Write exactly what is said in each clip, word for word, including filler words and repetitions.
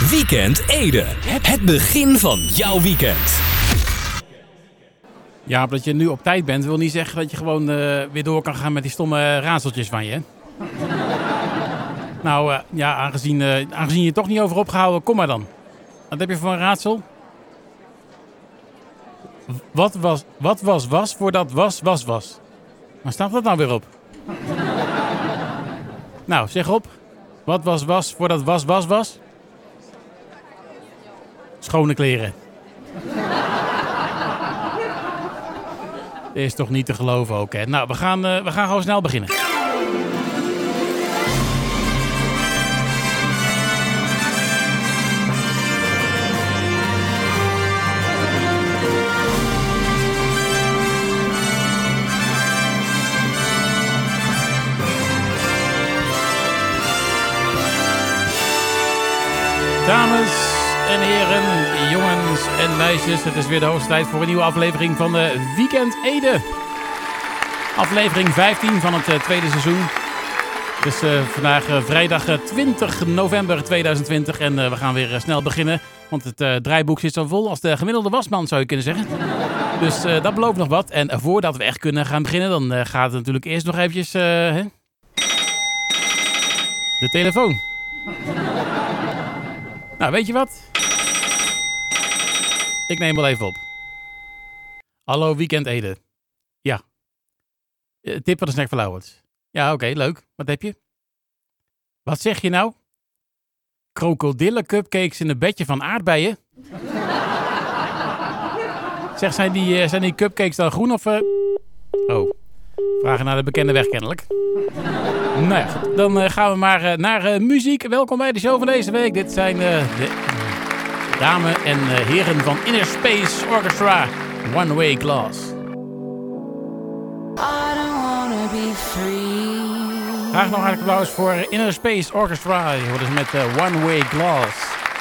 Weekend Ede. Het begin van jouw weekend. Ja, dat je nu op tijd bent, wil niet zeggen dat je gewoon uh, weer door kan gaan met die stomme raadseltjes van je. Hè? nou, uh, ja, aangezien, uh, aangezien je er toch niet over opgehouden, kom maar dan. Wat heb je voor een raadsel? Wat was, wat was, was voordat was, was, was? Waar staat dat nou weer op? nou, zeg op. Wat was, was voordat was, was, was? Schone kleren. Is toch niet te geloven ook, hè? Nou, we gaan, uh, we gaan gewoon snel beginnen. Dames en heren, jongens en meisjes, het is weer de hoogste tijd voor een nieuwe aflevering van de Weekend Ede. Aflevering vijftien van het uh, tweede seizoen. Het is uh, vandaag uh, vrijdag uh, twintig november tweeduizend twintig en uh, we gaan weer uh, snel beginnen. Want het uh, draaiboek zit zo vol als de gemiddelde wasman, zou je kunnen zeggen. Dus uh, dat belooft nog wat. En uh, voordat we echt kunnen gaan beginnen, dan uh, gaat het natuurlijk eerst nog eventjes... Uh, hè? De telefoon. Nou, weet je wat? Ik neem wel even op. Hallo, Weekend Ede. Ja. Uh, tip van de snack voor Lauwers. Ja, oké, okay, leuk. Wat heb je? Wat zeg je nou? Krokodillen cupcakes in een bedje van aardbeien? zeg, zijn die, uh, zijn die cupcakes dan groen of... Uh... Oh, vragen naar de bekende weg kennelijk. Nou ja, goed. Dan uh, gaan we maar uh, naar uh, muziek. Welkom bij de show van deze week. Dit zijn uh, de uh, dames en uh, heren van Inner Space Orchestra. One Way Glass. Graag nog hartelijk applaus voor Inner Space Orchestra. Je hoort dus met uh, One Way Glass.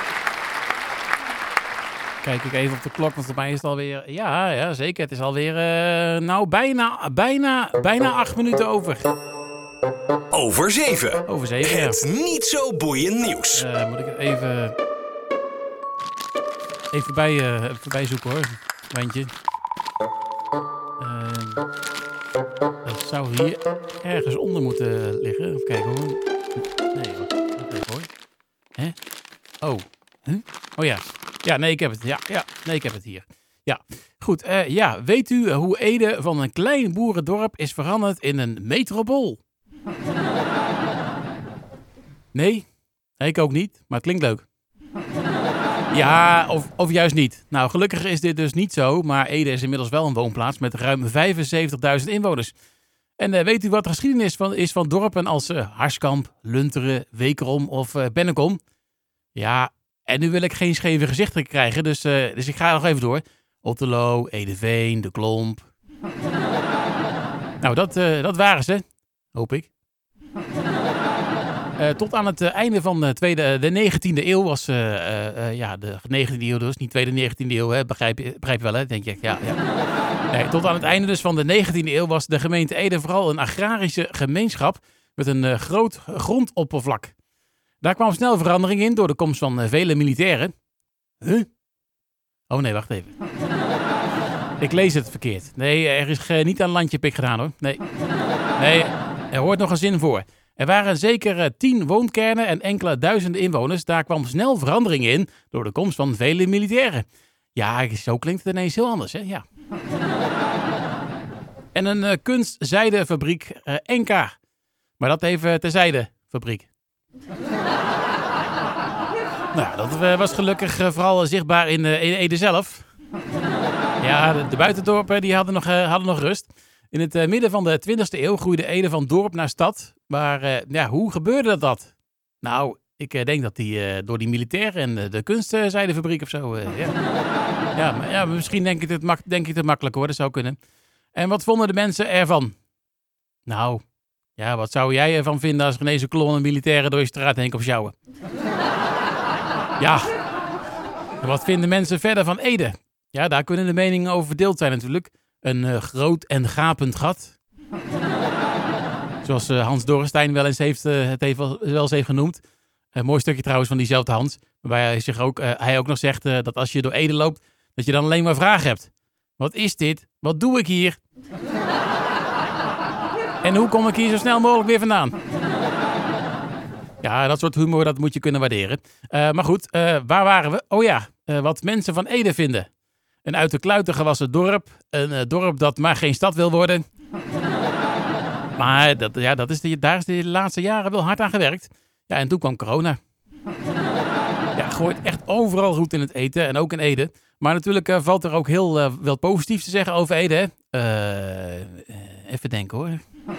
Kijk ik even op de klok, want voor mij is het alweer... Ja, ja zeker. Het is alweer uh, nou bijna, bijna, bijna acht minuten over. Over zeven. Over zeven, Het ja. niet zo boeiend nieuws. Uh, moet ik het even... Even bij, uh, even bij zoeken hoor. Wijntje. Uh, dat zou hier ergens onder moeten liggen. Even kijken hoor. Nee, wacht even hoor. Hè? Oh. Huh? Oh ja. Ja, nee, ik heb het. Ja, ja. Nee, ik heb het hier. Ja. Goed. Uh, ja, weet u hoe Ede van een klein boerendorp is veranderd in een metropool? Nee? Nee, ik ook niet. Maar het klinkt leuk. Ja, of, of juist niet. Nou, gelukkig is dit dus niet zo. Maar Ede is inmiddels wel een woonplaats met ruim vijfenzeventigduizend inwoners. En uh, weet u wat de geschiedenis van, is van dorpen als uh, Harskamp, Lunteren, Wekerom of uh, Bennekom? Ja, en nu wil ik geen scheve gezichten krijgen. Dus, uh, dus ik ga nog even door. Otterlo, Edeveen, De Klomp. nou, dat, uh, dat waren ze. Hoop ik. Uh, tot aan het uh, einde van de, tweede, de negentiende eeuw was... Uh, uh, uh, ja, de negentiende eeuw dus. Niet tweede negentiende eeuw, hè? Begrijp, begrijp je wel, hè? Denk je. Ja, ja. Nee, tot aan het einde dus van de negentiende eeuw was de gemeente Ede vooral een agrarische gemeenschap met een uh, groot grondoppervlak. Daar kwam snel verandering in door de komst van uh, vele militairen. Huh? Oh nee, wacht even. Ik lees het verkeerd. Nee, er is uh, niet aan landjepik gedaan hoor. Nee. Nee, er hoort nog een zin voor. Er waren zeker uh, tien woonkernen en enkele duizenden inwoners. Daar kwam snel verandering in door de komst van vele militairen. Ja, zo klinkt het ineens heel anders, hè? Ja. en een uh, kunstzijdefabriek uh, N K. Maar dat even terzijde, fabriek. nou, dat uh, was gelukkig uh, vooral zichtbaar in, uh, in Ede zelf. ja, de, de buitendorpen die hadden nog, uh, hadden nog rust. In het uh, midden van de twintigste eeuw groeide Ede van dorp naar stad. Maar uh, ja, hoe gebeurde dat? Nou, ik uh, denk dat die uh, door die militairen en uh, de kunstzijdefabriek of zo... Uh, ja. Ja, maar, ja, misschien denk ik, het mak- denk ik het makkelijk hoor, dat zou kunnen. En wat vonden de mensen ervan? Nou, ja, wat zou jij ervan vinden als er ineens een kolonne militairen door je straat heen komt sjouwen? ja, en wat vinden mensen verder van Ede? Ja, daar kunnen de meningen over verdeeld zijn natuurlijk. Een uh, groot en gapend gat. Zoals uh, Hans Dorrestein wel eens heeft, uh, het heeft wel, wel eens heeft genoemd. Een mooi stukje trouwens van diezelfde Hans. Waarbij hij, zich ook, uh, hij ook nog zegt uh, dat als je door Ede loopt, dat je dan alleen maar vragen hebt. Wat is dit? Wat doe ik hier? En hoe kom ik hier zo snel mogelijk weer vandaan? Ja, dat soort humor, dat moet je kunnen waarderen. Uh, maar goed, uh, waar waren we? Oh ja, uh, wat mensen van Ede vinden. Een uit de kluiten gewassen dorp. Een uh, dorp dat maar geen stad wil worden. Maar dat, ja, dat is de, daar is de laatste jaren wel hard aan gewerkt. Ja, en toen kwam corona. Ja, gooit echt overal goed in het eten en ook in Ede. Maar natuurlijk uh, valt er ook heel uh, wel positief te zeggen over Ede. Uh, uh, even denken hoor.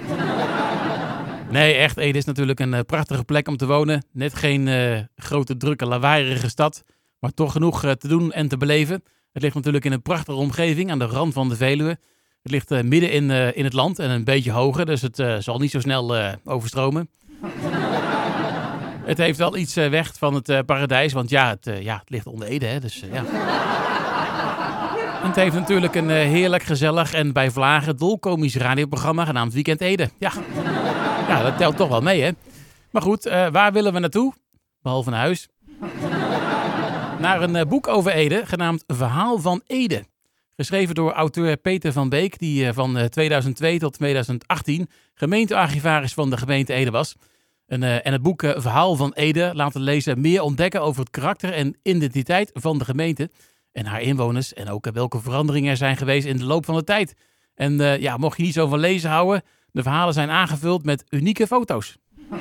Nee, echt, Ede is natuurlijk een uh, prachtige plek om te wonen. Net geen uh, grote, drukke, lawaaierige stad. Maar toch genoeg uh, te doen en te beleven. Het ligt natuurlijk in een prachtige omgeving aan de rand van de Veluwe. Het ligt uh, midden in, uh, in het land en een beetje hoger. Dus het uh, zal niet zo snel uh, overstromen. Het heeft wel iets uh, weg van het uh, paradijs. Want ja het, uh, ja, het ligt onder Ede. Hè, dus, uh, ja. En het heeft natuurlijk een uh, heerlijk, gezellig en bij vlagen dolkomisch radioprogramma genaamd Weekend Ede. Ja. ja, dat telt toch wel mee, hè. Maar goed, uh, waar willen we naartoe? Behalve naar huis. Naar een uh, boek over Ede, genaamd Verhaal van Ede. Geschreven door auteur Peter van Beek, die uh, van uh, tweeduizend twee tot tweeduizend achttien gemeentearchivaris van de gemeente Ede was. En, uh, en het boek uh, Verhaal van Ede laat de lezer meer ontdekken over het karakter en identiteit van de gemeente en haar inwoners. En ook uh, welke veranderingen er zijn geweest in de loop van de tijd. En uh, ja, mocht je niet zo van lezen houden, de verhalen zijn aangevuld met unieke foto's.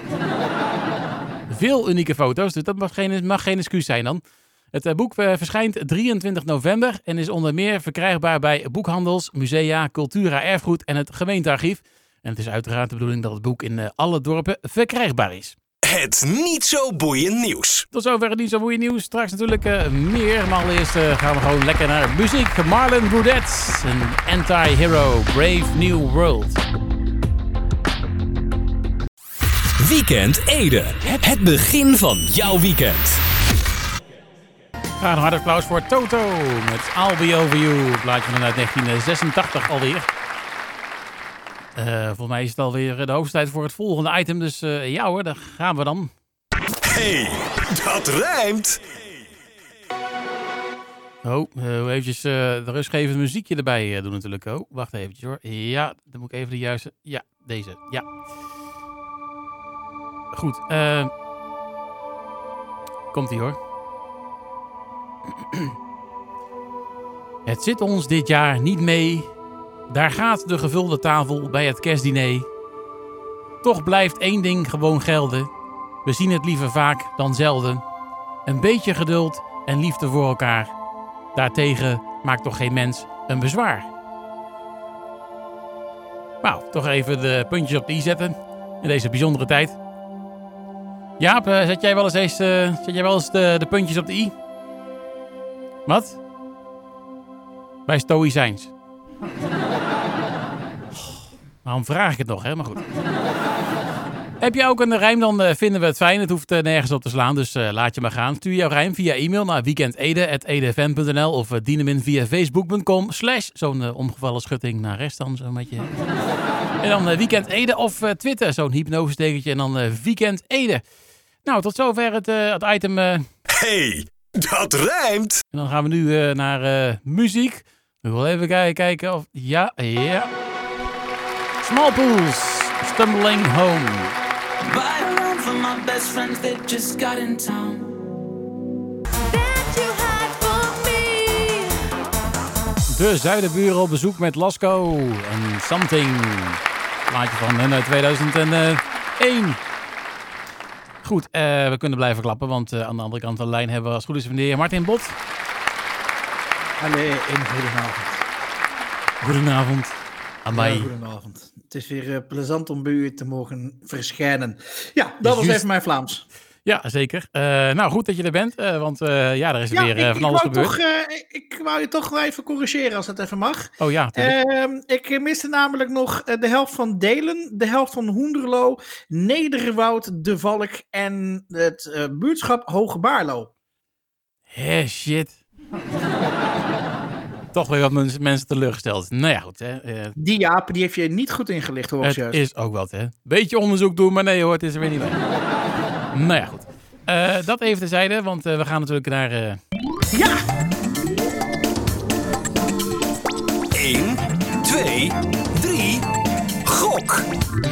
Veel unieke foto's, dus dat mag geen, mag geen excuus zijn dan. Het uh, boek uh, verschijnt drieëntwintig november en is onder meer verkrijgbaar bij boekhandels, musea, cultura, erfgoed en het gemeentearchief. En het is uiteraard de bedoeling dat het boek in uh, alle dorpen verkrijgbaar is. Het niet zo boeiend nieuws. Tot zover het niet zo boeiend nieuws. Straks natuurlijk uh, meer. Maar allereerst uh, gaan we gewoon lekker naar muziek. Marlon Broudet, een anti-hero, Brave New World. Weekend Ede. Het begin van jouw weekend. Graag een hard applaus voor Toto met I'll Be Over You. Plaatje vanuit negentien zesentachtig alweer. Uh, volgens mij is het alweer de hoogste tijd voor het volgende item. Dus uh, ja hoor, daar gaan we dan. Hey, dat rijmt! Oh, uh, eventjes uh, de rustgevende muziekje erbij uh, doen natuurlijk. Oh, wacht eventjes hoor. Ja, dan moet ik even de juiste... Ja, deze. Ja. Goed. Uh... Komt-ie hoor. Het zit ons dit jaar niet mee... Daar gaat de gevulde tafel bij het kerstdiner. Toch blijft één ding gewoon gelden. We zien het liever vaak dan zelden. Een beetje geduld en liefde voor elkaar. Daartegen maakt toch geen mens een bezwaar. Nou, toch even de puntjes op de i zetten. In deze bijzondere tijd. Jaap, zet jij wel eens, eens, uh, zet jij wel eens de, de puntjes op de i? Wat? Bij stoïcijns. Waarom vraag ik het nog, hè? Maar goed. Heb je ook een rijm, dan uh, vinden we het fijn. Het hoeft uh, nergens op te slaan, dus uh, laat je maar gaan. Stuur jouw rijm via e-mail naar weekendede at edfm punt n l of uh, dien hem in via facebook punt com slash zo'n uh, omgevallen schutting naar rechts dan, zo'n beetje. En dan uh, Weekend Ede of uh, Twitter, zo'n hypnosestekentje en dan uh, Weekend Ede. Nou, tot zover het, uh, het item... Uh... Hey, dat rijmt! En dan gaan we nu uh, naar uh, muziek. We willen even kijken, kijken of... Ja, ja... Small Pools, Stumbling Home. Buy around for my best friends that just got in town. That you had for me. De Zuiderburen op bezoek met Lasco en Something. Plaatje van hun uit tweeduizend één. Goed, uh, we kunnen blijven klappen, want uh, aan de andere kant van de lijn hebben we als het goed is meneer Martin Bot. Allee, een goedenavond. Goedenavond. Amai. Ja, goedenavond. Het is weer uh, plezant om bij u te mogen verschijnen. Ja, dat was even mijn Vlaams. Ja, zeker. Uh, nou, goed dat je er bent, uh, want uh, ja, er is ja, weer uh, ik, van alles ik gebeurd. Toch, uh, ik wou je toch wel even corrigeren als dat even mag. Oh ja, uh, Ik miste namelijk nog uh, de helft van Delen, de helft van Hoenderloo, Nederwoud, De Valk en het uh, buurtschap Hoge Baarlo. Hé, shit. Toch weer wat mensen, mensen teleurgesteld. Nou ja, goed. Hè. Uh, die Jaap, die heeft je niet goed ingelicht, hoor. Het juist. is ook wat, hè. Beetje onderzoek doen, maar nee hoor, het is er weer niet bij. Nou ja, goed. Uh, dat even terzijde, want uh, we gaan natuurlijk naar... Uh... Ja! één, twee, drie, gok!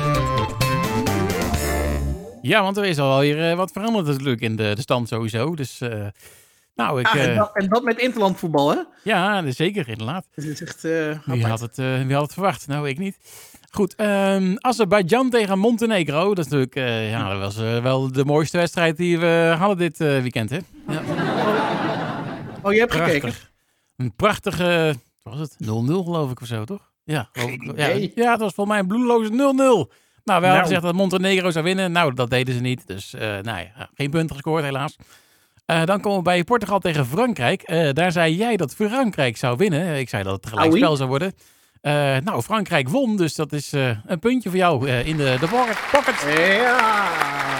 Ja, want er is al weer uh, wat veranderd natuurlijk in de, de stand sowieso. Dus, uh, nou, ik... Ah, en, uh... dat, en dat met interlandvoetbal, hè? Ja, zeker, inderdaad. Dat is echt... Uh, wie, had het, uh, wie had het verwacht? Nou, ik niet. Goed, um, Azerbeidzjan tegen Montenegro. Dat is natuurlijk uh, ja, dat was uh, wel de mooiste wedstrijd die we hadden dit uh, weekend, hè? Ja. Oh, je hebt Prachtig. gekeken? Een prachtige... Wat was het? nul nul geloof ik of zo, toch? Ja, Geen ja, idee. ja, het was volgens mij een bloedeloze nul nul. Nou, wij hadden Nou. gezegd dat Montenegro zou winnen. Nou, dat deden ze niet. Dus, uh, nou ja, geen punten gescoord helaas. Uh, dan komen we bij Portugal tegen Frankrijk. Uh, daar zei jij dat Frankrijk zou winnen. Ik zei dat het een gelijkspel zou worden. Uh, nou, Frankrijk won, dus dat is uh, een puntje voor jou uh, in de, de pocket. Ja!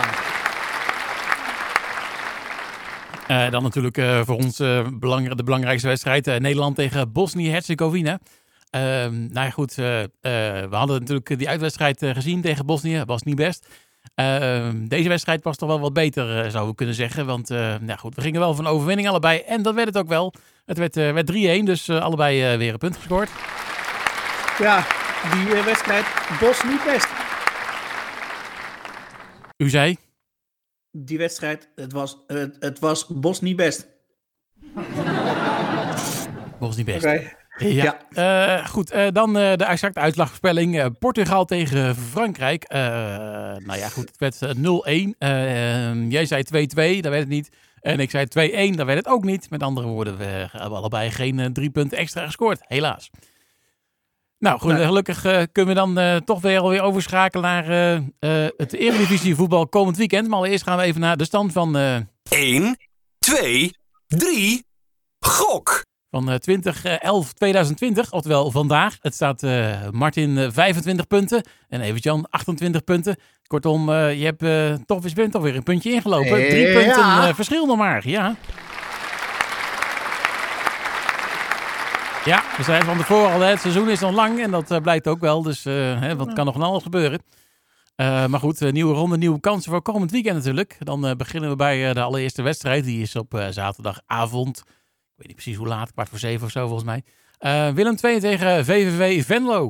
Uh, dan natuurlijk uh, voor ons uh, belang- de belangrijkste wedstrijd. Uh, Nederland tegen Bosnië-Herzegovina. Uh, nou ja, goed. Uh, uh, we hadden natuurlijk die uitwedstrijd uh, gezien tegen Bosnië. Was niet best. Uh, deze wedstrijd was toch wel wat beter, uh, zouden we kunnen zeggen. Want uh, nou goed, we gingen wel van overwinning allebei. En dat werd het ook wel. Het werd, uh, werd drie-een, dus uh, allebei uh, weer een punt gescoord. Ja, die uh, wedstrijd Bos niet best. U zei? Die wedstrijd, het was, uh, het was Bos niet best. Bos niet best. Oké. Okay. Ja, ja. Uh, goed. Uh, dan uh, de exacte uitslagvoorspelling. Uh, Portugal tegen Frankrijk. Uh, nou ja, goed. Het werd uh, nul-een. Uh, jij zei twee-twee, dat werd het niet. En ik zei twee-een, dat werd het ook niet. Met andere woorden, we hebben allebei geen uh, drie punten extra gescoord. Helaas. Nou, goed, nee. Gelukkig uh, kunnen we dan uh, toch weer alweer overschakelen naar uh, uh, het Eredivisie voetbal komend weekend. Maar allereerst gaan we even naar de stand van... Uh, één, twee, drie, gok! Van uh, twintig elf tweeduizend twintig, oftewel vandaag. Het staat uh, Martin uh, vijfentwintig punten en Evert-Jan achtentwintig punten. Kortom, uh, je hebt uh, toch, je bent toch weer een puntje ingelopen. Drie ja. punten uh, verschil nog maar, ja. Ja, we zeiden van tevoren al, het seizoen is nog lang en dat uh, blijkt ook wel. Dus uh, hè, want het kan nog van alles gebeuren. Uh, maar goed, uh, nieuwe ronde, nieuwe kansen voor komend weekend natuurlijk. Dan uh, beginnen we bij uh, de allereerste wedstrijd. Die is op uh, zaterdagavond. Ik weet niet precies hoe laat, kwart voor zeven of zo volgens mij. Uh, Willem twee tegen V V V Venlo.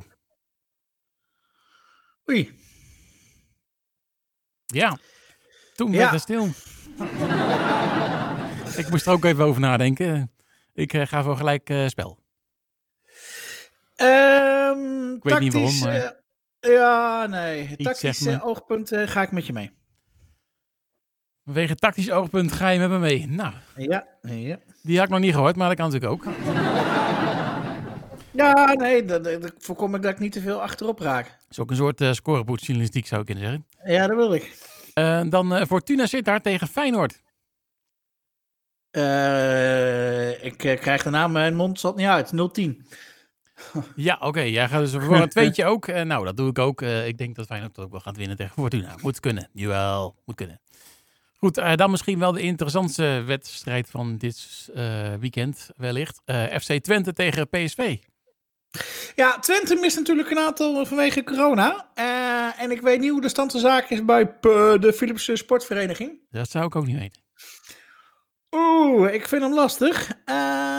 Oei. Ja, toen ja. werd het stil. Ik moest er ook even over nadenken. Ik uh, ga voor gelijk uh, spel. Um, ik weet tactisch, niet waarom, maar... Uh, ja, nee. Iets tactisch uh, oogpunt uh, ga ik met je mee. Vanwege tactisch oogpunt ga je met me mee. Nou, ja, ja. Die had ik nog niet gehoord, maar dat kan natuurlijk ook. Ja, nee, dat, dat voorkom ik dat ik niet te veel achterop raak. Dat is ook een soort uh, scorebordjournalistiek, zou ik kunnen zeggen. Ja, dat wil ik. Uh, dan uh, Fortuna Sittard tegen Feyenoord. Uh, ik uh, krijg de naam in mijn mond, zat niet uit. nul tien. Ja, oké. Okay. Jij gaat dus voor een tweetje ook. Uh, nou, dat doe ik ook. Uh, ik denk dat Feyenoord ook wel gaat winnen tegen Fortuna. Moet kunnen. Jawel, moet kunnen. Goed, uh, dan misschien wel de interessantste wedstrijd van dit uh, weekend wellicht. Uh, F C Twente tegen P S V. Ja, Twente mist natuurlijk een aantal vanwege corona. Uh, en ik weet niet hoe de stand van zaken is bij P- de Philipsche Sportvereniging. Dat zou ik ook niet weten. Oeh, ik vind hem lastig. Uh,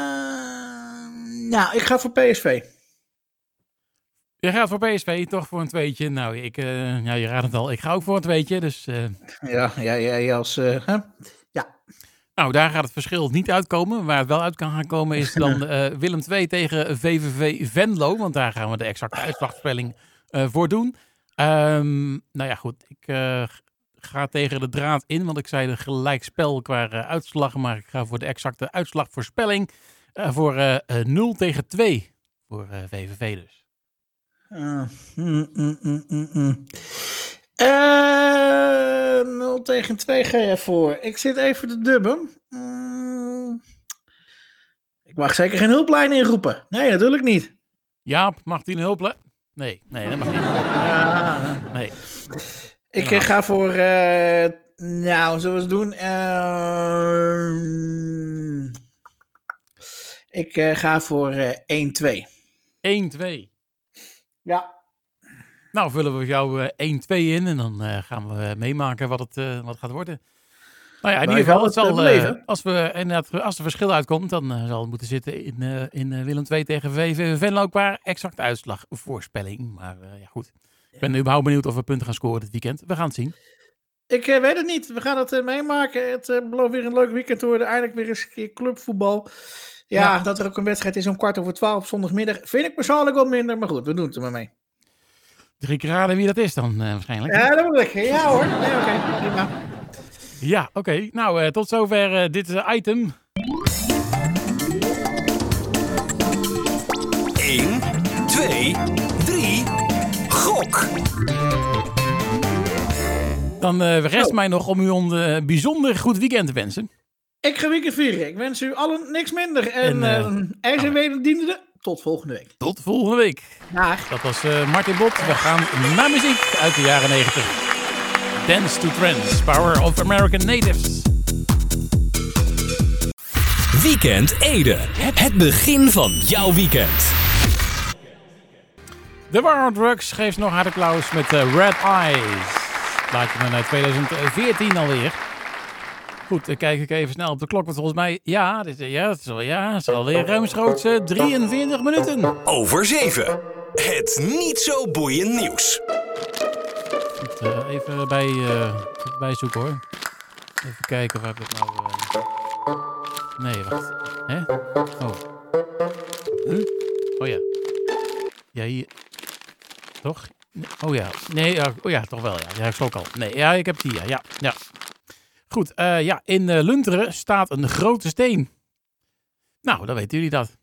nou, ik ga voor P S V. Je gaat voor P S V, toch voor een tweetje. Nou, ik, uh, ja, je raadt het al. Ik ga ook voor een tweetje, dus... Uh... Ja, ja, ja, ja, als... Uh, huh? Ja. Nou, daar gaat het verschil niet uitkomen. Waar het wel uit kan gaan komen is dan uh, Willem twee tegen V V V Venlo. Want daar gaan we de exacte uitslagspelling uh, voor doen. Um, nou ja, goed. Ik uh, ga tegen de draad in, want ik zei de gelijkspel qua uh, uitslag. Maar ik ga voor de exacte uitslagvoorspelling uh, voor uh, uh, nul tegen twee voor uh, V V V dus. Uh, mm, mm, mm, mm, mm. Uh, nul tegen twee ga je voor. Ik zit even te dubben. Mm. Ik mag zeker geen hulplijn inroepen. Nee, natuurlijk niet. Jaap, mag die een hulplijn? Nee, nee, dat mag niet. Ja. Nee. Ik ja. ga voor... Uh, nou, zullen we het doen? Uh, ik uh, ga voor uh, één twee. één twee. Ja. Nou, vullen we jou uh, één twee in en dan uh, gaan we meemaken wat het, uh, wat het gaat worden. Nou ja, in Maar ieder geval, je het gaat het, zal, eh, uh, beleven. als, we, inderdaad, als er verschil uitkomt, dan uh, zal het moeten zitten in, uh, in uh, Willem twee tegen V V Venlo qua exacte uitslagvoorspelling. Maar uh, ja, goed. Ik ben überhaupt benieuwd of we punten gaan scoren dit weekend. We gaan het zien. Ik uh, weet het niet. We gaan het uh, meemaken. Het uh, belooft weer een leuk weekend te worden. Eindelijk weer eens een keer clubvoetbal. Ja, ja, dat er ook een wedstrijd is om kwart over twaalf zondagmiddag. Vind ik persoonlijk wat minder, maar goed, we doen het er maar mee. Drie keer raden wie dat is dan uh, waarschijnlijk. Ja, dat moet ik. Ja hoor. Nee, oké, okay, prima. Ja, oké. Okay. Nou, uh, tot zover uh, dit uh, item. één, twee, drie, gok! Dan uh, rest oh. mij nog om u een uh, bijzonder goed weekend te wensen. Ik ga weekend vieren. Ik wens u allen niks minder. En uh, R Z W diende tot volgende week. Tot volgende week. Dag. Dat was uh, Martin Bot. We gaan naar muziek uit de jaren negentig. Dance to Trends, Power of American Natives. Weekend Ede. Het begin van jouw weekend. The War on Drugs geeft nog harde applaus met uh, Red Eyes. Plaatje van twintig veertien alweer. Goed, dan kijk ik even snel op de klok. Want volgens mij, ja, dit, ja, het is, al, ja, het is alweer ruimschoots uh, drieënveertig minuten. Over zeven. Het niet zo boeiend nieuws. Goed, uh, even bij, uh, bij zoeken hoor. Even kijken waar ik het nou... Uh... Nee, wacht. Hè? Oh. Huh? Oh ja. Ja, hier... Toch? Oh ja. Nee, ja, oh ja, toch wel ja. Ja, ik schrok al. Nee, ja, ik heb het hier. Ja, ja. Goed, uh, ja, in uh, Lunteren staat een grote steen. Nou, dan weten jullie dat.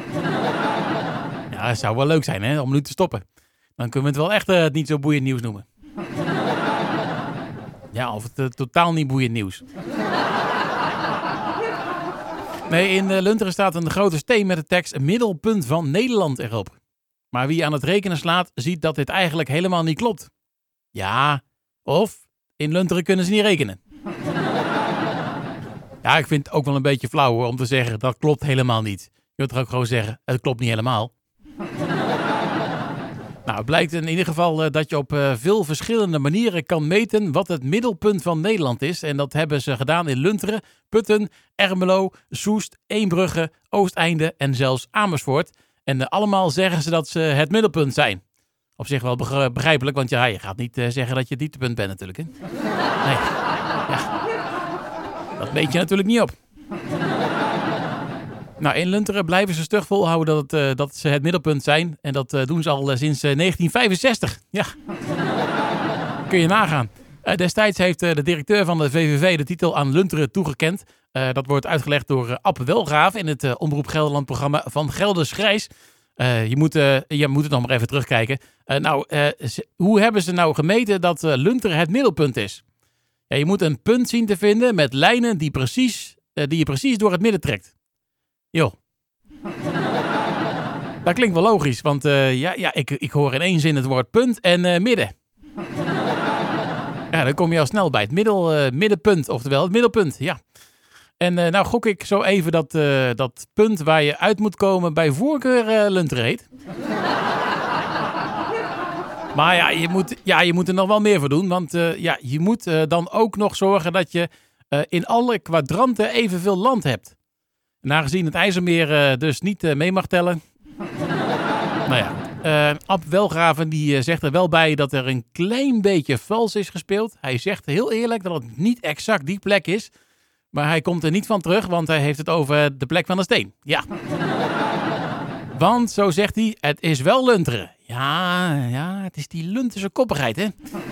Ja, het zou wel leuk zijn, hè, om nu te stoppen. Dan kunnen we het wel echt uh, niet zo boeiend nieuws noemen. Ja, of het uh, totaal niet boeiend nieuws. Nee, in uh, Lunteren staat een grote steen met de tekst middelpunt van Nederland erop. Maar wie aan het rekenen slaat, ziet dat dit eigenlijk helemaal niet klopt. Ja, of in Lunteren kunnen ze niet rekenen. Ja, ik vind het ook wel een beetje flauw hoor, om te zeggen dat klopt helemaal niet. Je wilt toch ook gewoon zeggen, het klopt niet helemaal. Nou, het blijkt in ieder geval uh, dat je op uh, veel verschillende manieren kan meten wat het middelpunt van Nederland is. En dat hebben ze gedaan in Lunteren, Putten, Ermelo, Soest, Eembrugge, Oosteinde en zelfs Amersfoort. En uh, allemaal zeggen ze dat ze het middelpunt zijn. Op zich wel begrijpelijk, want ja, je gaat niet uh, zeggen dat je het dieptepunt bent natuurlijk. Hè? Nee, ja. Dat weet je natuurlijk niet op. Nou, in Lunteren blijven ze stug volhouden dat, het, uh, dat ze het middelpunt zijn. En dat uh, doen ze al uh, sinds uh, negentien vijfenzestig. Ja, kun je nagaan. Uh, destijds heeft uh, de directeur van de V V V de titel aan Lunteren toegekend. Uh, dat wordt uitgelegd door uh, Ab Welgraaf in het uh, Omroep Gelderland-programma Van Gelders Grijs. Uh, je, moet, uh, je moet het nog maar even terugkijken. Uh, nou, uh, ze, hoe hebben ze nou gemeten dat uh, Lunteren het middelpunt is? Ja, je moet een punt zien te vinden met lijnen die, precies, uh, die je precies door het midden trekt. Joh. Dat klinkt wel logisch, want uh, ja, ja, ik, ik hoor in één zin het woord punt en uh, midden. Ja, dan kom je al snel bij het middel, uh, middenpunt, oftewel het middelpunt, ja. En uh, nou gok ik zo even dat, uh, dat punt waar je uit moet komen bij voorkeur uh, Lunteren heet. Maar ja je, moet, ja, je moet er nog wel meer voor doen, want uh, ja, je moet uh, dan ook nog zorgen dat je uh, in alle kwadranten evenveel land hebt. En aangezien het IJsselmeer uh, dus niet uh, mee mag tellen. Nou ja, uh, Ab Welgraven die uh, zegt er wel bij dat er een klein beetje vals is gespeeld. Hij zegt heel eerlijk dat het niet exact die plek is. Maar hij komt er niet van terug, want hij heeft het over de plek van de steen. Ja. Want, zo zegt hij, het is wel Lunteren. Ja, ja, het is die Lunterse koppigheid, hè.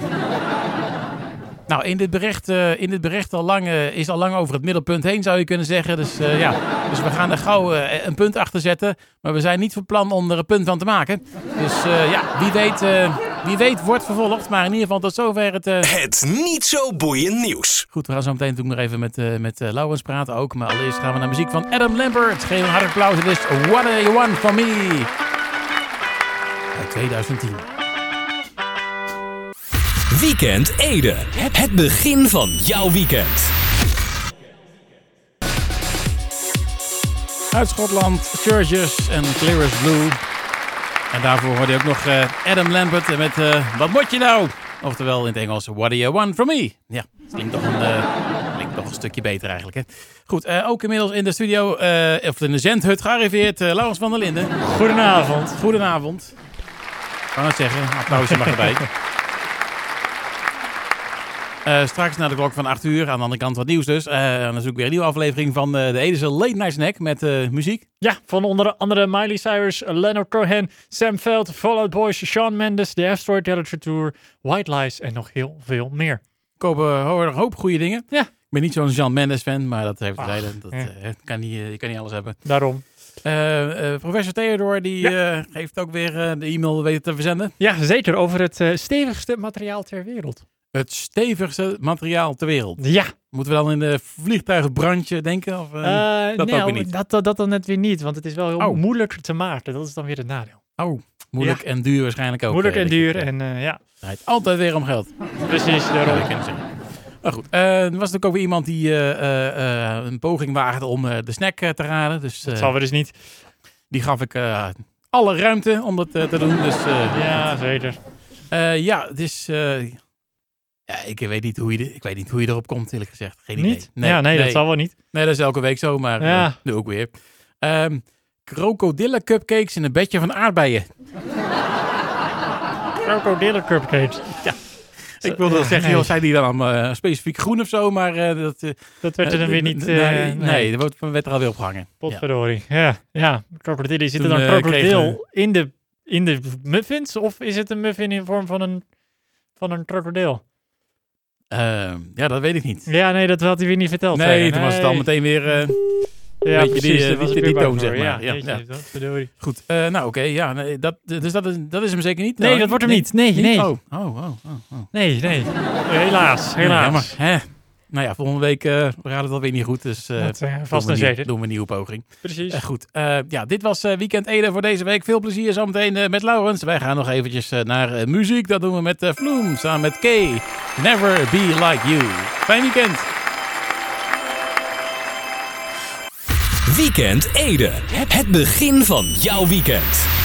Nou, in dit bericht, uh, in dit bericht al lang, uh, is al lang over het middelpunt heen, zou je kunnen zeggen. Dus uh, ja, dus we gaan er gauw uh, een punt achter zetten. Maar we zijn niet van plan om er een punt van te maken. Dus uh, ja, wie weet, uh, wie weet wordt vervolgd. Maar in ieder geval tot zover het... Uh... Het niet zo boeiend nieuws. Goed, we gaan zo meteen natuurlijk nog even met, uh, met uh, Laurens praten ook. Maar allereerst gaan we naar muziek van Adam Lambert. Geef een hard applaus. Het is What Do You Want From Me? Uit twintig tien. Weekend Ede. Het begin van jouw weekend. Uit Schotland, Churches en Clear as Blue. En daarvoor hoorde je ook nog uh, Adam Lambert met uh, Wat moet je nou? Oftewel in het Engels, What do you want from me? Ja, dat klinkt toch, een, uh, klinkt toch een stukje beter eigenlijk. Hè? Goed, uh, ook inmiddels in de studio, uh, of in de zendhut gearriveerd, uh, Laurens van der Linden. Goedenavond. Goedenavond. Ik kan het zeggen, een applausje mag erbij. Uh, straks na de klok van acht uur, aan de andere kant wat nieuws dus. Uh, dan is ook weer een nieuwe aflevering van uh, de Edese Late Night Snack met uh, muziek. Ja, van onder andere Miley Cyrus, Leonard Cohen, Sam Veld, Fall Out Boy, Shawn Mendes, The Asteroid Literature Tour, White Lies en nog heel veel meer. Ik hoop, uh, hoor een hoop goede dingen. Ja. Ik ben niet zo'n Shawn Mendes fan, maar dat heeft gezegd. Dat ja. uh, kan niet, uh, je kan niet alles hebben. Daarom. Uh, uh, professor Theodor die ja. uh, heeft ook weer uh, de e-mail weten te verzenden. Ja, zeker. Over het uh, stevigste materiaal ter wereld. Het stevigste materiaal ter wereld. Ja. Moeten we dan in de vliegtuigenbrandje denken? Of, uh, uh, dat nee, ook weer niet? Dat, dat, dat dan net weer niet, want het is wel heel oh. moeilijk te maken. Dat is dan weer het nadeel. Oh, moeilijk ja. en duur waarschijnlijk ook. Moeilijk uh, en duur ik, uh, en uh, ja. Het draait altijd weer om geld. Precies, daarom. Ja, dat maar goed, uh, er was natuurlijk ook weer iemand die uh, uh, een poging waagde om uh, de snack uh, te raden. Dus, uh, dat zal we dus niet. Die gaf ik uh, alle ruimte om dat uh, te doen. Dus, uh, ja, zeker. Uh, ja, het is... Uh, ja, ik weet, niet hoe je de, ik weet niet hoe je erop komt, eerlijk gezegd. Geen idee. Niet? Nee, ja, nee, nee, dat zal wel niet. Nee, dat is elke week zo, maar ja. uh, nu ook weer. Um, krokodillen cupcakes in een bedje van aardbeien. Krokodillen cupcakes? Ja. Ik wilde zeggen, nee. joh, zijn die dan uh, specifiek groen of zo, maar uh, dat... Uh, dat werd er dan uh, weer niet... Uh, nee, nee, nee, dat werd er alweer opgehangen. Potverdorie. Ja, ja. ja. Krokodillen. Zit er dan een krokodil in de, in de muffins? Of is het een muffin in vorm van een, van een krokodil? Uh, ja, dat weet ik niet. Ja, nee, dat had hij weer niet verteld. Nee, nee. toen was het al meteen weer... Uh, ja, weet precies. Je, die, dat die, die toon, zeg maar. Ja, ja, jeetje, ja. Dat verdorie. Goed, uh, nou oké, okay, ja, nee, dat, dus dat is, dat is hem zeker niet? Nee, nou, dat wordt hem nee, niet. Nee, niet? nee. Oh, oh, oh, oh, oh. Nee, nee. Helaas, helaas. Nee, nou ja, volgende week uh, raden het alweer niet goed, dus uh, dat, uh, vast en zeker. Doen we een nieuwe poging. Precies. Uh, goed, uh, ja, dit was uh, Weekend Ede voor deze week. Veel plezier zometeen uh, met Laurens. Wij gaan nog eventjes uh, naar uh, muziek. Dat doen we met uh, Vloem samen met Kay. Never Be Like You. Fijn weekend. Weekend Ede. Het begin van jouw weekend.